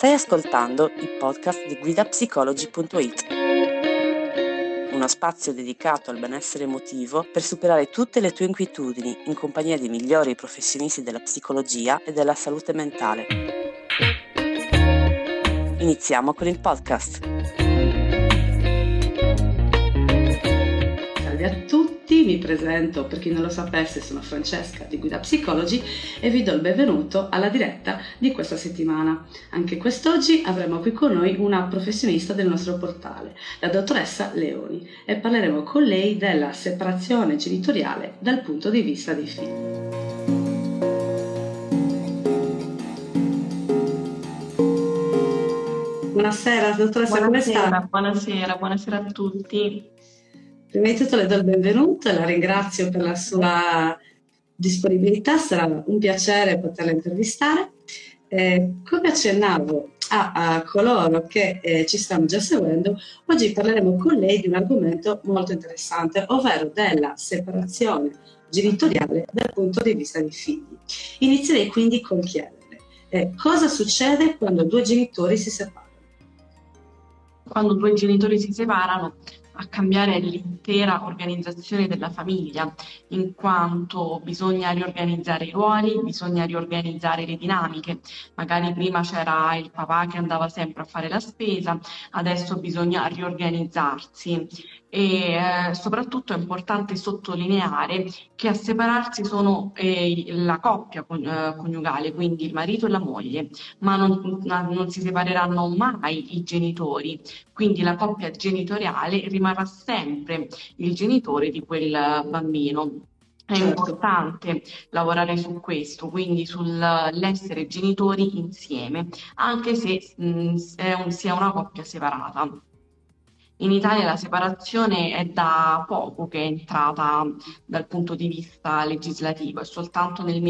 Stai ascoltando il podcast di guidapsicologi.it, uno spazio dedicato al benessere emotivo per superare tutte le tue inquietudini in compagnia dei migliori professionisti della psicologia e della salute mentale. Iniziamo con il podcast. Salve a tutti, mi presento, per chi non lo sapesse, sono Francesca di Guida Psicologi e vi do il benvenuto alla diretta di questa settimana. Anche quest'oggi avremo qui con noi una professionista del nostro portale, la dottoressa Leoni, e parleremo con lei della separazione genitoriale dal punto di vista dei figli. Buonasera dottoressa, come sta? Buonasera a tutti. Prima di tutto le do il benvenuto e la ringrazio per la sua disponibilità, sarà un piacere poterla intervistare. Come accennavo a coloro che ci stanno già seguendo, oggi parleremo con lei di un argomento molto interessante, ovvero della separazione genitoriale dal punto di vista dei figli. Inizierei quindi con chiederle cosa succede quando due genitori si separano? Quando due genitori si separano, a cambiare l'intera organizzazione della famiglia, in quanto bisogna riorganizzare i ruoli, bisogna riorganizzare le dinamiche. Magari prima c'era il papà che andava sempre a fare la spesa, adesso bisogna riorganizzarsi. E soprattutto è importante sottolineare che a separarsi sono la coppia coniugale, quindi il marito e la moglie, ma non si separeranno mai i genitori, quindi la coppia genitoriale rimarrà sempre il genitore di quel bambino. È importante lavorare su questo, quindi sull'essere genitori insieme, anche se sia una coppia separata. In Italia la separazione è da poco che è entrata dal punto di vista legislativo, è soltanto nel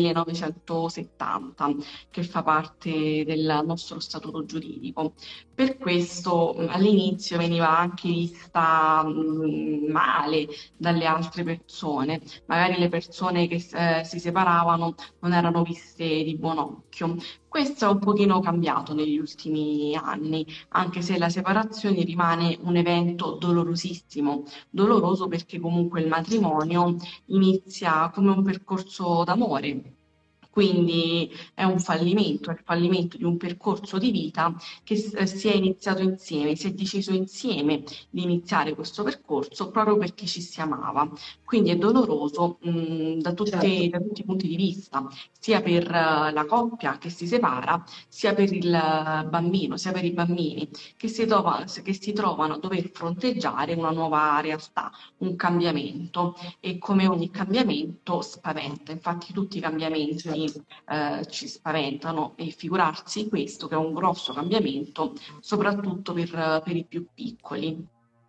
1970 che fa parte del nostro statuto giuridico. Per questo all'inizio veniva anche vista male dalle altre persone, magari le persone che si separavano non erano viste di buon occhio. Questo è un pochino cambiato negli ultimi anni, anche se la separazione rimane un evento dolorosissimo, doloroso perché comunque il matrimonio inizia come un percorso d'amore. Quindi è un fallimento, è il fallimento di un percorso di vita che si è iniziato insieme, si è deciso insieme di iniziare questo percorso proprio perché ci si amava. Quindi è doloroso da tutti i punti di vista, sia per la coppia che si separa, sia per il bambino, sia per i bambini che si trovano a dover fronteggiare una nuova realtà, un cambiamento, e come ogni cambiamento spaventa. Infatti tutti i cambiamenti ci spaventano, e figurarsi questo che è un grosso cambiamento soprattutto per i più piccoli.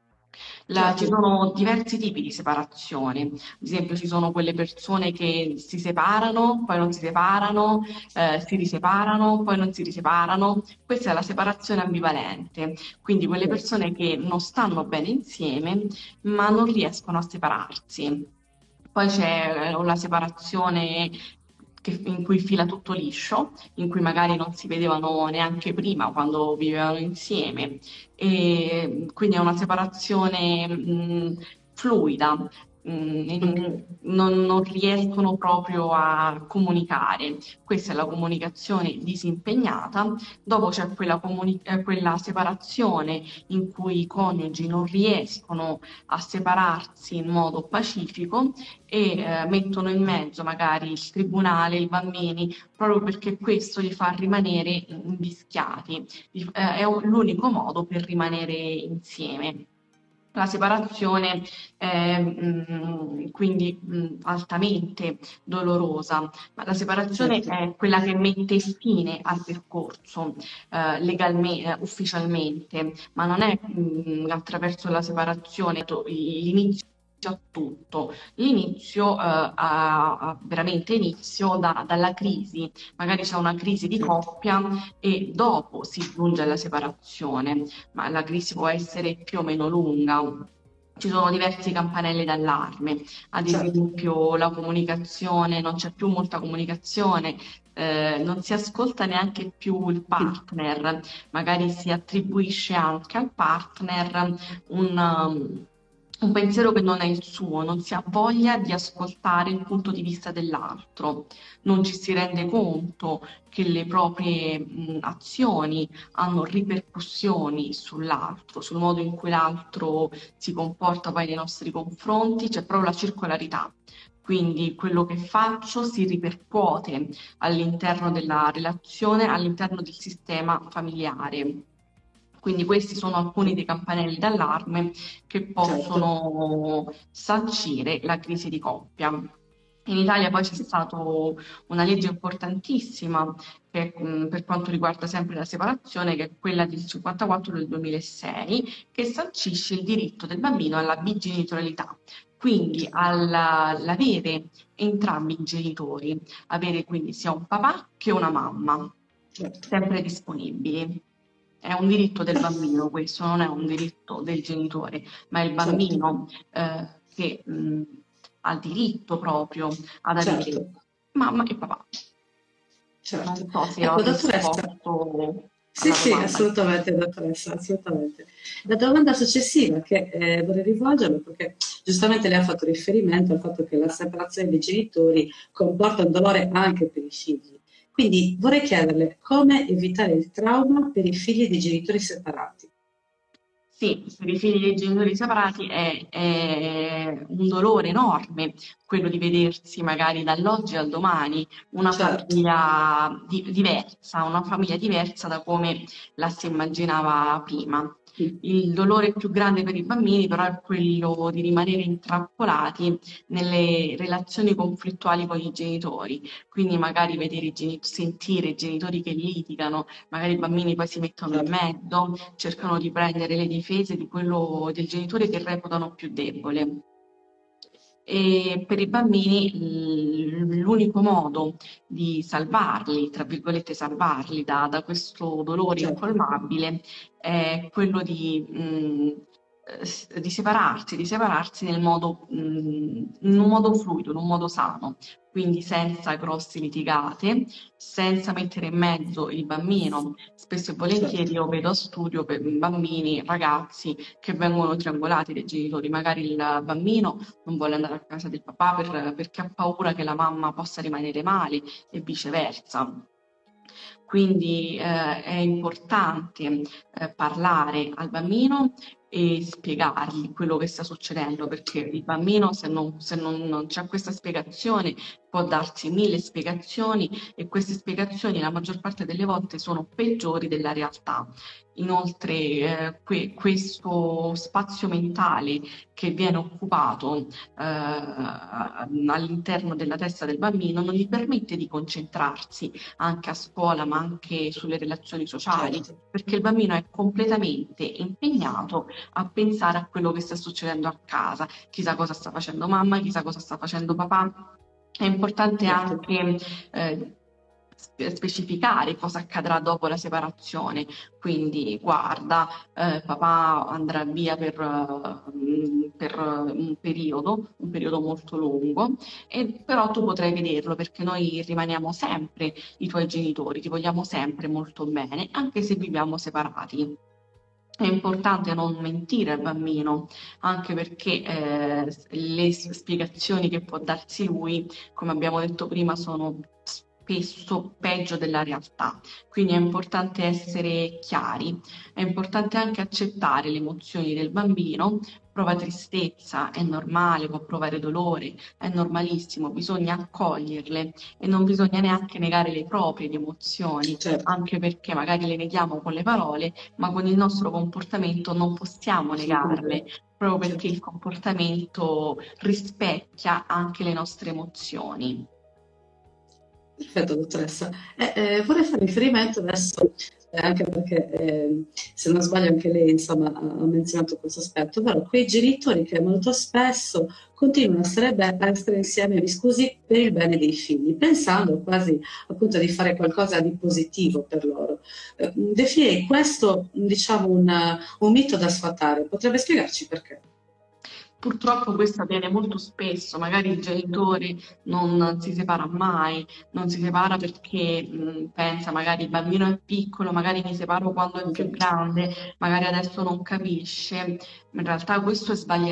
Ci sono diversi tipi di separazione, ad esempio ci sono quelle persone che si separano, poi non si separano, si riseparano, poi non si riseparano. Questa è la separazione ambivalente, quindi quelle persone che non stanno bene insieme ma non riescono a separarsi. Poi c'è la separazione in cui fila tutto liscio, in cui magari non si vedevano neanche prima quando vivevano insieme, e quindi è una separazione fluida. Non riescono proprio a comunicare. Questa è la comunicazione disimpegnata. Dopo c'è quella separazione in cui i coniugi non riescono a separarsi in modo pacifico e mettono in mezzo magari il tribunale, i bambini, proprio perché questo li fa rimanere invischiati. È l'unico modo per rimanere insieme. La separazione è quindi altamente dolorosa, ma la separazione è quella che mette fine al percorso legalmente, ufficialmente, ma non è attraverso la separazione l'inizio a tutto. L'inizio ha veramente inizio dalla crisi, magari c'è una crisi di coppia e dopo si giunge alla separazione, ma la crisi può essere più o meno lunga. Ci sono diversi campanelli d'allarme, ad esempio la comunicazione, non c'è più molta comunicazione non si ascolta neanche più il partner, magari si attribuisce anche al partner un pensiero che non è il suo, non si ha voglia di ascoltare il punto di vista dell'altro, non ci si rende conto che le proprie azioni hanno ripercussioni sull'altro, sul modo in cui l'altro si comporta poi nei nostri confronti, c'è proprio la circolarità. Quindi quello che faccio si ripercuote all'interno della relazione, all'interno del sistema familiare. Quindi questi sono alcuni dei campanelli d'allarme che possono sancire la crisi di coppia. In Italia poi c'è stata una legge importantissima per quanto riguarda sempre la separazione, che è quella del 54 del 2006, che sancisce il diritto del bambino alla bigenitorialità. Quindi all'avere entrambi i genitori, avere quindi sia un papà che una mamma, sempre disponibili. È un diritto del bambino questo, non è un diritto del genitore, ma è il bambino che ha il diritto proprio ad avere mamma e papà. Non so se ho risposto. Sì, assolutamente, dottoressa, assolutamente. La domanda successiva che vorrei rivolgerle, perché giustamente lei ha fatto riferimento al fatto che la separazione dei genitori comporta un dolore anche per i figli. Quindi vorrei chiederle come evitare il trauma per i figli di genitori separati. Sì, per i figli dei genitori separati è un dolore enorme quello di vedersi magari dall'oggi al domani una famiglia diversa, una famiglia diversa da come la si immaginava prima. Il dolore più grande per i bambini però è quello di rimanere intrappolati nelle relazioni conflittuali con i genitori, quindi magari sentire i genitori che litigano, magari i bambini poi si mettono in mezzo, cercano di prendere le difese di quello del genitore che reputano più debole. E per i bambini l'unico modo di salvarli, tra virgolette salvarli da questo dolore incolmabile, è quello di separarsi in un modo fluido, in un modo sano, quindi senza grosse litigate, senza mettere in mezzo il bambino. Spesso e volentieri io vedo a studio per bambini, ragazzi che vengono triangolati dai genitori, magari il bambino non vuole andare a casa del papà perché ha paura che la mamma possa rimanere male e viceversa. Quindi è importante parlare al bambino e spiegargli quello che sta succedendo, perché il bambino se non c'è questa spiegazione può darsi 1000 spiegazioni e queste spiegazioni la maggior parte delle volte sono peggiori della realtà. Inoltre questo spazio mentale che viene occupato all'interno della testa del bambino non gli permette di concentrarsi anche a scuola ma anche sulle relazioni sociali, perché il bambino è completamente impegnato a pensare a quello che sta succedendo a casa, chissà cosa sta facendo mamma, chissà cosa sta facendo papà. È importante anche specificare cosa accadrà dopo la separazione, quindi guarda, papà andrà via per un periodo molto lungo, però tu potrai vederlo perché noi rimaniamo sempre i tuoi genitori, ti vogliamo sempre molto bene, anche se viviamo separati. È importante non mentire al bambino, anche perché le spiegazioni che può darsi lui, come abbiamo detto prima, sono spesso peggio della realtà. Quindi è importante essere chiari, è importante anche accettare le emozioni del bambino. Prova tristezza, è normale, può provare dolore, è normalissimo, bisogna accoglierle e non bisogna neanche negare le proprie emozioni, anche perché magari le neghiamo con le parole, ma con il nostro comportamento non possiamo negarle, proprio perché il comportamento rispecchia anche le nostre emozioni. Perfetto, dottoressa. Vorrei fare riferimento adesso, anche perché se non sbaglio anche lei insomma, ha menzionato questo aspetto, ovvero quei genitori che molto spesso continuano a stare insieme viscosi per il bene dei figli, pensando quasi appunto di fare qualcosa di positivo per loro. Definirei questo diciamo un mito da sfatare, potrebbe spiegarci perché? Purtroppo questo avviene molto spesso, magari il genitore non si separa mai, non si separa perché pensa magari il bambino è piccolo, magari mi separo quando è più Esatto. grande, magari adesso non capisce. In realtà questo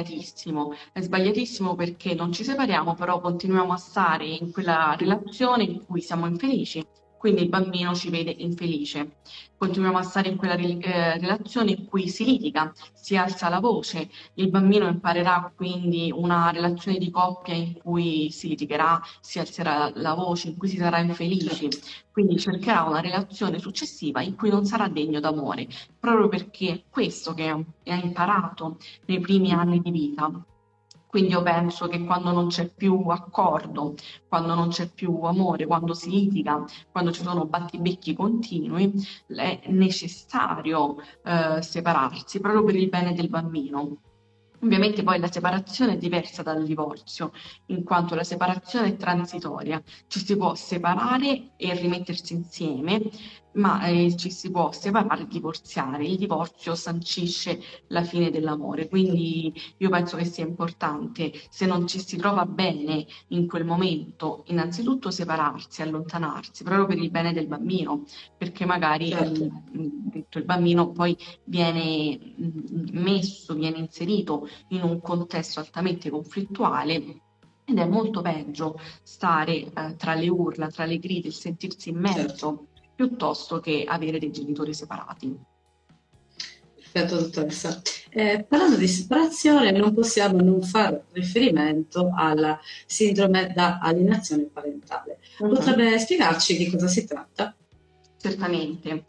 è sbagliatissimo perché non ci separiamo, però continuiamo a stare in quella relazione in cui siamo infelici, quindi il bambino ci vede infelice. Continuiamo a stare in quella relazione in cui si litiga, si alza la voce, il bambino imparerà quindi una relazione di coppia in cui si litigherà, si alzerà la voce, in cui si sarà infelici, Certo. quindi cercherà una relazione successiva in cui non sarà degno d'amore, proprio perché è questo che ha imparato nei primi anni di vita. Quindi io penso che quando non c'è più accordo, quando non c'è più amore, quando si litiga, quando ci sono battibecchi continui, è necessario separarsi proprio per il bene del bambino. Ovviamente poi la separazione è diversa dal divorzio, in quanto la separazione è transitoria, ci si può separare e rimettersi insieme, ma ci si può separare e divorziare. Il divorzio sancisce la fine dell'amore, quindi io penso che sia importante, se non ci si trova bene in quel momento, innanzitutto separarsi, allontanarsi, proprio per il bene del bambino, perché magari Certo. il bambino poi viene messo, viene inserito in un contesto altamente conflittuale ed è molto peggio stare tra le urla, tra le grida, il sentirsi Certo. immerso, piuttosto che avere dei genitori separati. Perfetto, dottoressa. Parlando di separazione, non possiamo non fare riferimento alla sindrome da alienazione parentale. Mhm. Potrebbe spiegarci di cosa si tratta? Certamente,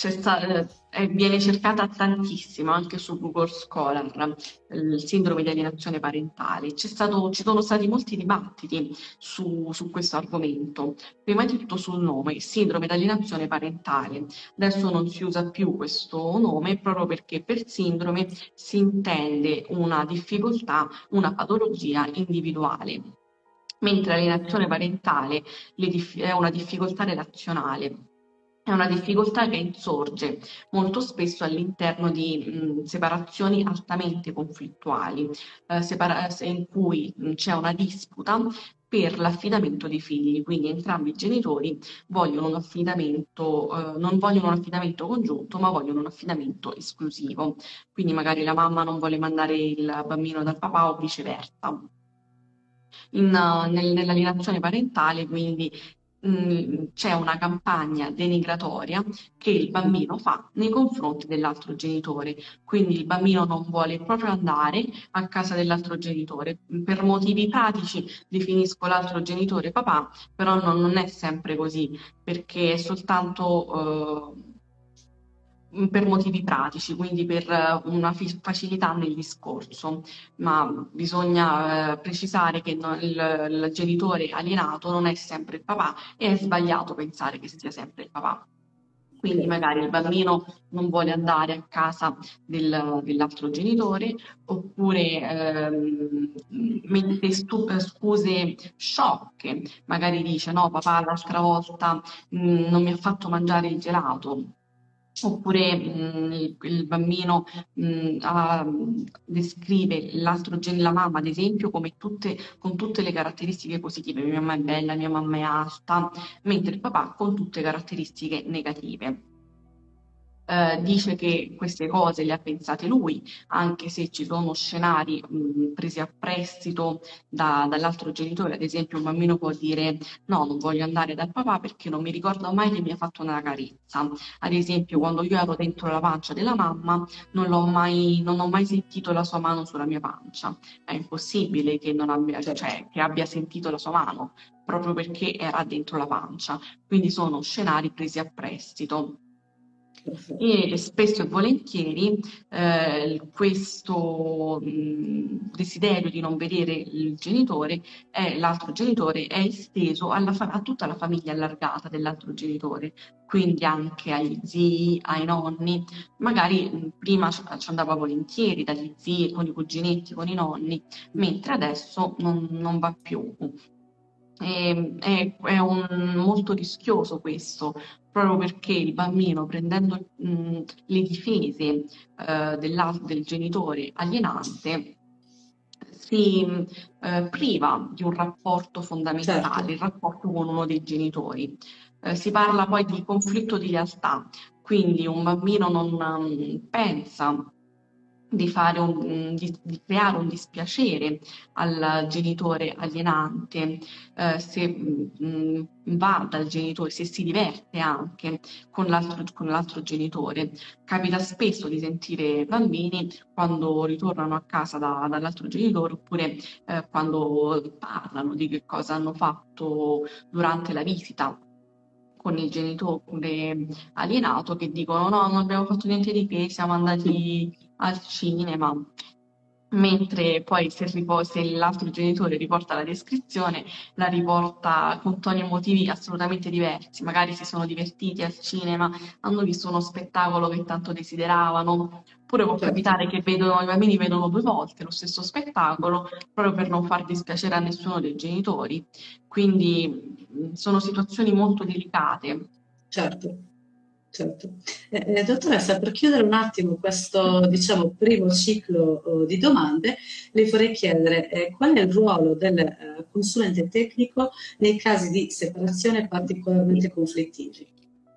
viene cercata tantissimo anche su Google Scholar, il sindrome di alienazione parentale. Ci sono stati molti dibattiti su questo argomento. Prima di tutto sul nome, sindrome di alienazione parentale. Adesso non si usa più questo nome proprio perché per sindrome si intende una difficoltà, una patologia individuale. Mentre l'alienazione parentale è una difficoltà relazionale. È una difficoltà che insorge molto spesso all'interno di separazioni altamente conflittuali, in cui c'è una disputa per l'affidamento dei figli, quindi entrambi i genitori vogliono un affidamento, non vogliono un affidamento congiunto, ma vogliono un affidamento esclusivo. Quindi magari la mamma non vuole mandare il bambino dal papà o viceversa nell'alienazione parentale, quindi c'è una campagna denigratoria che il bambino fa nei confronti dell'altro genitore, quindi il bambino non vuole proprio andare a casa dell'altro genitore. Per motivi pratici definisco l'altro genitore papà, però non è sempre così, perché è soltanto per motivi pratici, quindi per una facilità nel discorso, ma bisogna precisare che il genitore alienato non è sempre il papà e è sbagliato pensare che sia sempre il papà. Quindi Ok. magari il bambino non vuole andare a casa dell'altro genitore oppure mette scuse sciocche, magari dice no papà l'altra volta non mi ha fatto mangiare il gelato. Oppure il bambino descrive la mamma, ad esempio, con tutte le caratteristiche positive. Mia mamma è bella, mia mamma è alta, mentre il papà con tutte caratteristiche negative. Dice che queste cose le ha pensate lui, anche se ci sono scenari presi a prestito dall'altro genitore. Ad esempio, un bambino può dire: no, non voglio andare dal papà perché non mi ricordo mai che mi ha fatto una carezza. Ad esempio, quando io ero dentro la pancia della mamma, non ho mai sentito la sua mano sulla mia pancia. È impossibile che non abbia, Certo. cioè, che abbia sentito la sua mano, proprio perché era dentro la pancia. Quindi sono scenari presi a prestito. Perfetto. E spesso e volentieri questo desiderio di non vedere l'altro genitore è esteso a tutta la famiglia allargata dell'altro genitore, quindi anche agli zii, ai nonni. Magari prima ci andava volentieri dagli zii, con i cuginetti, con i nonni, mentre adesso non va più. È molto rischioso questo, proprio perché il bambino, prendendo le difese del genitore alienante, si priva di un rapporto fondamentale, il certo, rapporto con uno dei genitori. Si parla poi di conflitto di lealtà, quindi un bambino non pensa di fare di creare un dispiacere al genitore alienante, se va dal genitore, se si diverte anche con l'altro genitore. Capita spesso di sentire bambini quando ritornano a casa dall'altro genitore, oppure quando parlano di che cosa hanno fatto durante la visita con il genitore alienato, che dicono no, non abbiamo fatto niente di che, siamo andati al cinema. Mentre poi se l'altro genitore riporta la descrizione, la riporta con toni emotivi assolutamente diversi. Magari si sono divertiti al cinema, hanno visto uno spettacolo che tanto desideravano. Oppure può certo. capitare che i bambini vedono 2 volte lo stesso spettacolo proprio per non far dispiacere a nessuno dei genitori. Quindi sono situazioni molto delicate. Certo, certo. Dottoressa, per chiudere un attimo questo, diciamo, primo ciclo di domande, le vorrei chiedere qual è il ruolo del consulente tecnico nei casi di separazione particolarmente conflittivi?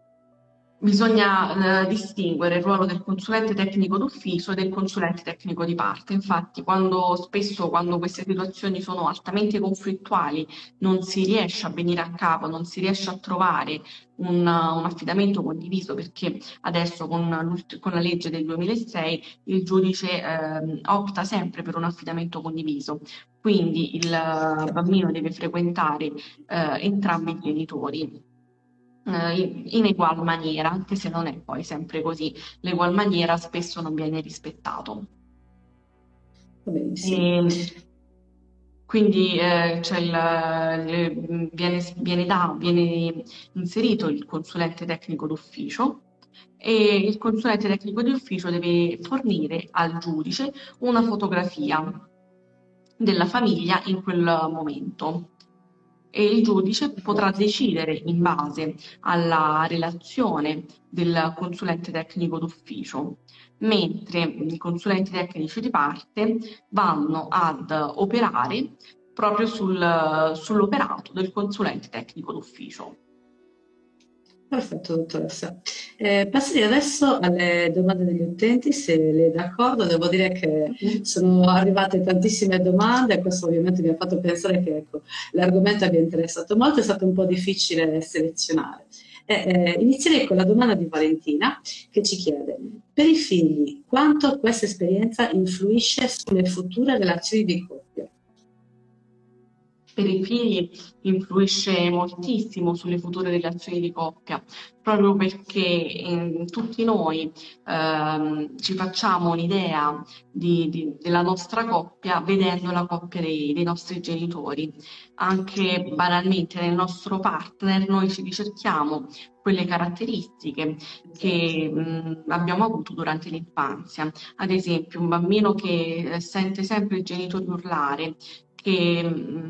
Bisogna distinguere il ruolo del consulente tecnico d'ufficio e del consulente tecnico di parte. Infatti, quando queste situazioni sono altamente conflittuali, non si riesce a venire a capo, non si riesce a trovare un affidamento condiviso, perché adesso con la legge del 2006 il giudice opta sempre per un affidamento condiviso. Quindi il bambino deve frequentare entrambi i genitori in egual maniera, anche se non è poi sempre così. L'egual maniera spesso non viene rispettato. Va benissimo. E quindi viene inserito il consulente tecnico d'ufficio, e il consulente tecnico di ufficio deve fornire al giudice una fotografia della famiglia in quel momento, e il giudice potrà Perfetto. decidere in base alla relazione del consulente tecnico d'ufficio, mentre i consulenti tecnici di parte vanno ad operare proprio sull'operato del consulente tecnico d'ufficio. Perfetto, dottoressa. Passerei adesso alle domande degli utenti, se lei è d'accordo. Devo dire che sono arrivate tantissime domande e questo ovviamente mi ha fatto pensare che ecco, l'argomento abbia interessato molto, è stato un po' difficile selezionare. Inizierei con la domanda di Valentina che ci chiede: per i figli, quanto questa esperienza influisce sulle future relazioni di coppia? Per i figli influisce moltissimo sulle future relazioni di coppia, proprio perché tutti noi ci facciamo un'idea della nostra coppia vedendo la coppia dei nostri genitori. Anche banalmente nel nostro partner noi ci ricerchiamo quelle caratteristiche Certo, che abbiamo avuto durante l'infanzia. Ad esempio, un bambino che sente sempre i genitori urlare, che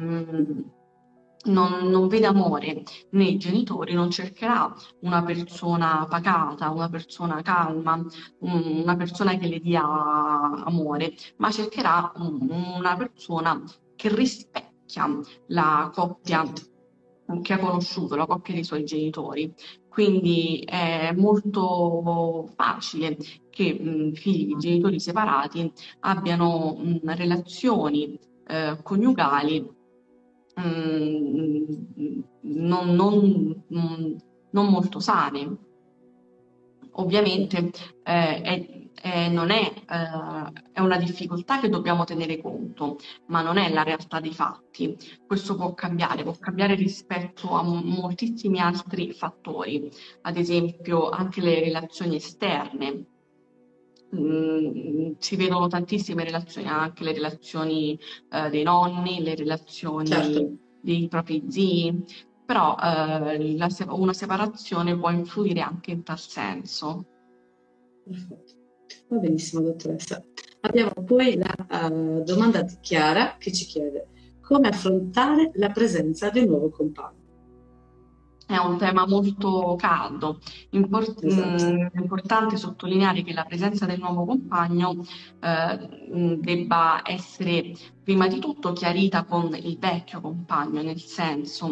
non vede amore nei genitori, non cercherà una persona pacata, una persona calma, una persona che le dia amore, ma cercherà una persona che rispecchia la coppia certo. che ha conosciuto, la coppia dei suoi genitori. Quindi è molto facile che figli di genitori separati abbiano relazioni coniugali non molto sane. Ovviamente non è una difficoltà che dobbiamo tenere conto, ma non è la realtà dei fatti. Questo può cambiare rispetto a moltissimi altri fattori, ad esempio anche le relazioni esterne. Si vedono tantissime relazioni, anche le relazioni dei nonni, le Certo. relazioni dei propri zii, però una separazione può influire anche in tal senso. Perfetto. Va benissimo, dottoressa. Abbiamo poi la domanda di Chiara che ci chiede come affrontare la presenza di un nuovo compagno. È un tema molto caldo. Esatto. È importante sottolineare che la presenza del nuovo compagno debba essere prima di tutto chiarita con il vecchio compagno, nel senso,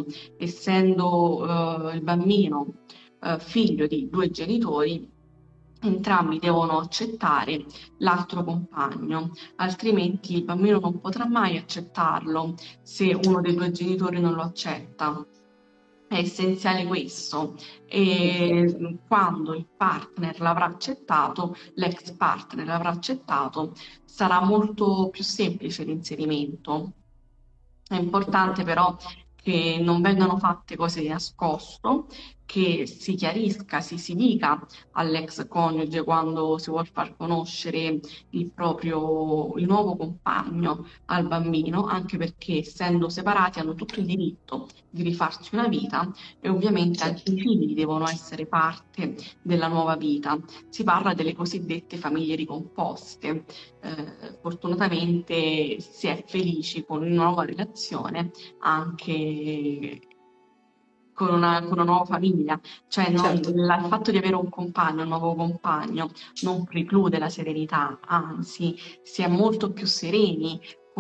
essendo il bambino figlio di due genitori, entrambi devono accettare l'altro compagno, altrimenti il bambino non potrà mai accettarlo se uno dei due genitori non lo accetta. È essenziale questo, Perfetto. e quando il partner l'avrà accettato, l'ex partner l'avrà accettato, sarà molto più semplice l'inserimento. È importante Perfetto. però che non vengano fatte cose di nascosto, che si chiarisca, si dica all'ex coniuge quando si vuol far conoscere il nuovo compagno al bambino, anche perché essendo separati hanno tutto il diritto di rifarsi una vita e ovviamente anche i Certo. figli devono essere parte della nuova vita. Si parla delle cosiddette famiglie ricomposte. Fortunatamente si è felici con una nuova relazione anche con una nuova famiglia, cioè Certo. il fatto di avere un compagno, un nuovo compagno, non preclude la serenità, anzi si è molto più sereni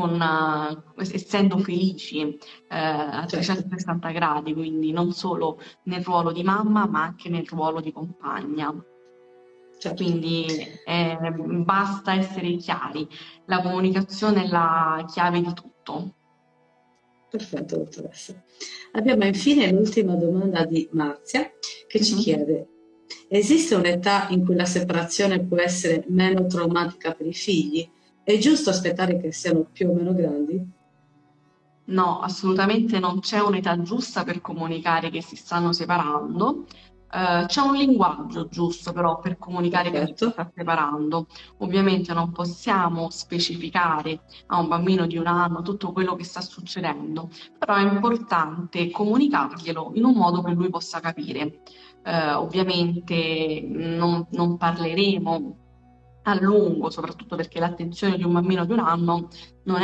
essendo felici a Certo. 360 gradi, quindi non solo nel ruolo di mamma ma anche nel ruolo di compagna. Certo. Quindi basta essere chiari, la comunicazione è la chiave di tutto. Perfetto, dottoressa. Abbiamo infine l'ultima domanda di Marzia che ci Mhm. chiede: esiste un'età in cui la separazione può essere meno traumatica per i figli? È giusto aspettare che siano più o meno grandi? No, assolutamente non c'è un'età giusta per comunicare che si stanno separando. C'è un linguaggio giusto però per comunicare che ci si Perfetto. sta separando. Ovviamente non possiamo specificare a un bambino di 1 anno tutto quello che sta succedendo, però è importante comunicarglielo in un modo che lui possa capire. Ovviamente non parleremo a lungo, soprattutto perché l'attenzione di un bambino di 1 anno non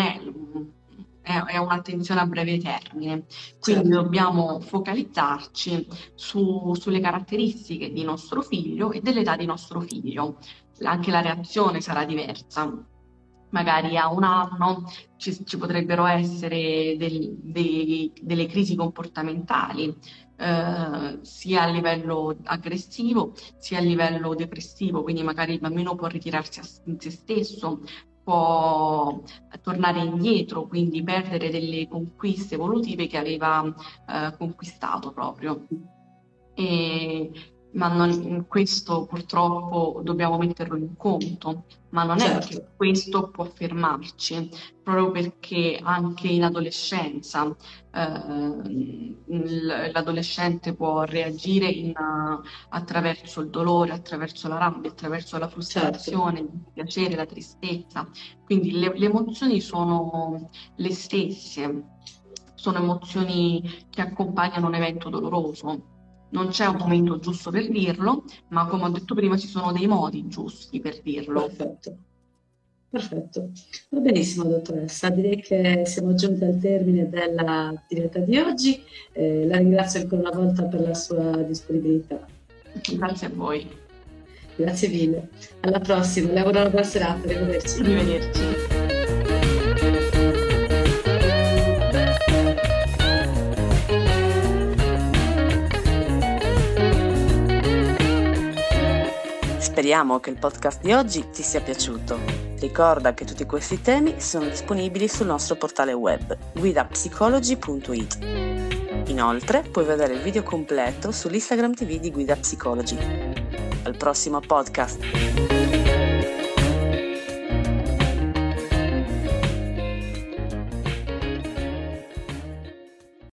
è un'attenzione a breve termine, quindi Certo. dobbiamo focalizzarci sulle caratteristiche di nostro figlio e dell'età di nostro figlio. Anche la reazione sarà diversa. Magari a 1 anno ci potrebbero essere delle crisi comportamentali, sia a livello aggressivo sia a livello depressivo, quindi magari il bambino può ritirarsi in se stesso, può tornare indietro, quindi perdere delle conquiste evolutive che aveva conquistato proprio. E, questo purtroppo dobbiamo metterlo in conto, ma non è che Certo. questo può fermarci, proprio perché anche in adolescenza l'adolescente può reagire attraverso il dolore, attraverso la rabbia, attraverso la Certo. frustrazione, il piacere, la tristezza. Quindi le emozioni sono le stesse, sono emozioni che accompagnano un evento doloroso. Non c'è un momento giusto per dirlo, ma come ho detto prima ci sono dei modi giusti per dirlo. Perfetto. Perfetto. Va benissimo, dottoressa. Direi che siamo giunti al termine della diretta di oggi. La ringrazio ancora una volta per la sua disponibilità. Grazie a voi. Grazie mille. Alla prossima. Le auguro una buona serata. Arrivederci. Arrivederci. Speriamo che il podcast di oggi ti sia piaciuto. Ricorda che tutti questi temi sono disponibili sul nostro portale web guidapsicology.it. Inoltre puoi vedere il video completo sull'Instagram TV di Guida Psychology. Al prossimo podcast!